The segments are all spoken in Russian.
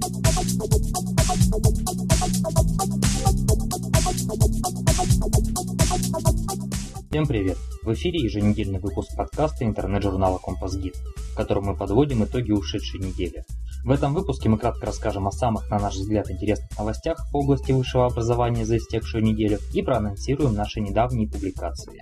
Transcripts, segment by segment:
Всем привет! В эфире еженедельный выпуск подкаста интернет-журнала Компас-Гид, в котором мы подводим итоги ушедшей недели. В этом выпуске мы кратко расскажем о самых, на наш взгляд, интересных новостях в области высшего образования за истекшую неделю и проанонсируем наши недавние публикации.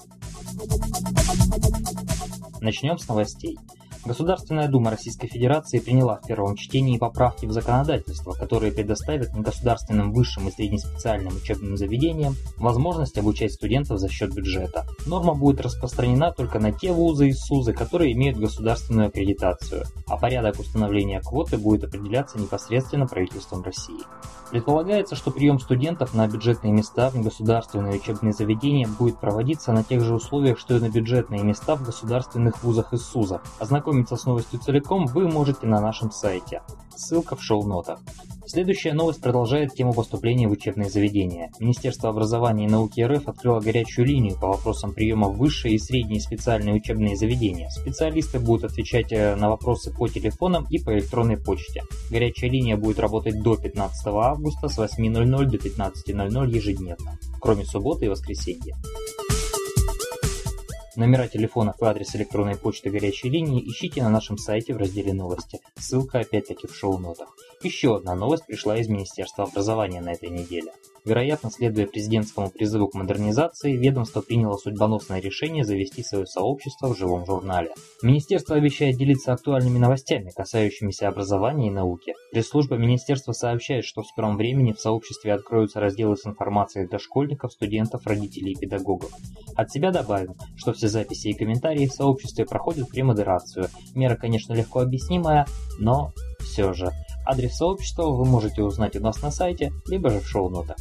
Начнем с новостей. Государственная Дума Российской Федерации приняла в первом чтении поправки в законодательство, которые предоставят негосударственным высшим и среднеспециальным учебным заведениям возможность обучать студентов за счет бюджета. Норма будет распространена только на те вузы и СУЗы, которые имеют государственную аккредитацию, а порядок установления квоты будет определяться непосредственно правительством России. Предполагается, что прием студентов на бюджетные места в негосударственные учебные заведения будет проводиться на тех же условиях, что и на бюджетные места в государственных вузах и СУЗах. Ознакомиться с новостью целиком вы можете на нашем сайте. Ссылка в шоу-нотах. Следующая новость продолжает тему поступления в учебные заведения. Министерство образования и науки РФ открыло горячую линию по вопросам приема в высшие и средние специальные учебные заведения. Специалисты будут отвечать на вопросы по телефонам и по электронной почте. Горячая линия будет работать до 15 августа с 8:00 до 15:00 ежедневно, кроме субботы и воскресенья. Номера телефонов и адрес электронной почты горячей линии ищите на нашем сайте в разделе «Новости». Ссылка опять-таки в шоу-нотах. Еще одна новость пришла из Министерства образования на этой неделе. Вероятно, следуя президентскому призыву к модернизации, ведомство приняло судьбоносное решение завести свое сообщество в живом журнале. Министерство обещает делиться актуальными новостями, касающимися образования и науки. Пресс-служба министерства сообщает, что в скором времени в сообществе откроются разделы с информацией для школьников, студентов, родителей и педагогов. От себя добавим, что все записи и комментарии в сообществе проходят премодерацию. Мера, конечно, легко объяснимая, но все же. Адрес сообщества вы можете узнать у нас на сайте, либо же в шоу-нотах.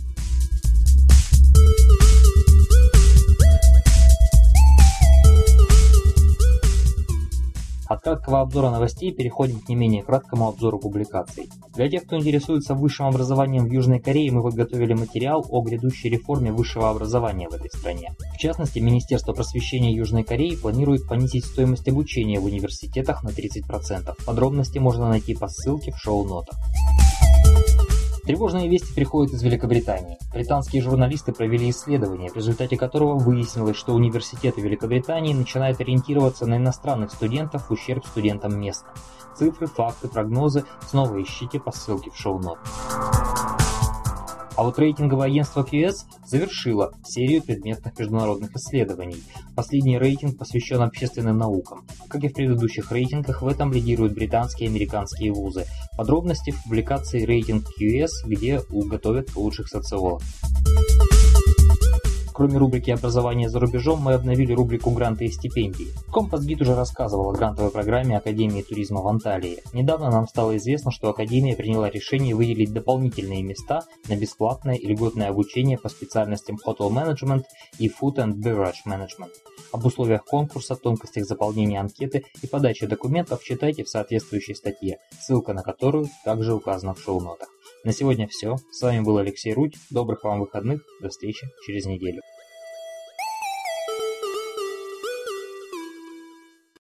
От краткого обзора новостей переходим к не менее краткому обзору публикаций. Для тех, кто интересуется высшим образованием в Южной Корее, мы подготовили материал о грядущей реформе высшего образования в этой стране. В частности, Министерство просвещения Южной Кореи планирует понизить стоимость обучения в университетах на 30%. Подробности можно найти по ссылке в шоу-нотах. Тревожные вести приходят из Великобритании. Британские журналисты провели исследование, в результате которого выяснилось, что университеты Великобритании начинают ориентироваться на иностранных студентов в ущерб студентам местным. Цифры, факты, прогнозы снова ищите по ссылке в шоу-нотах. А вот рейтинговое агентство QS завершило серию предметных международных исследований. Последний рейтинг посвящен общественным наукам. Как и в предыдущих рейтингах, в этом лидируют британские и американские вузы. Подробности в публикации «Рейтинг QS», где готовят лучших социологов. Кроме рубрики «Образование за рубежом», мы обновили рубрику «Гранты и стипендии». Компас-Гид уже рассказывал о грантовой программе Академии туризма в Анталии. Недавно нам стало известно, что Академия приняла решение выделить дополнительные места на бесплатное и льготное обучение по специальностям Hotel Management и Food and Beverage Management. Об условиях конкурса, тонкостях заполнения анкеты и подачи документов читайте в соответствующей статье, ссылка на которую также указана в шоу-нотах. На сегодня все. С вами был Алексей Рудь. Добрых вам выходных. До встречи через неделю.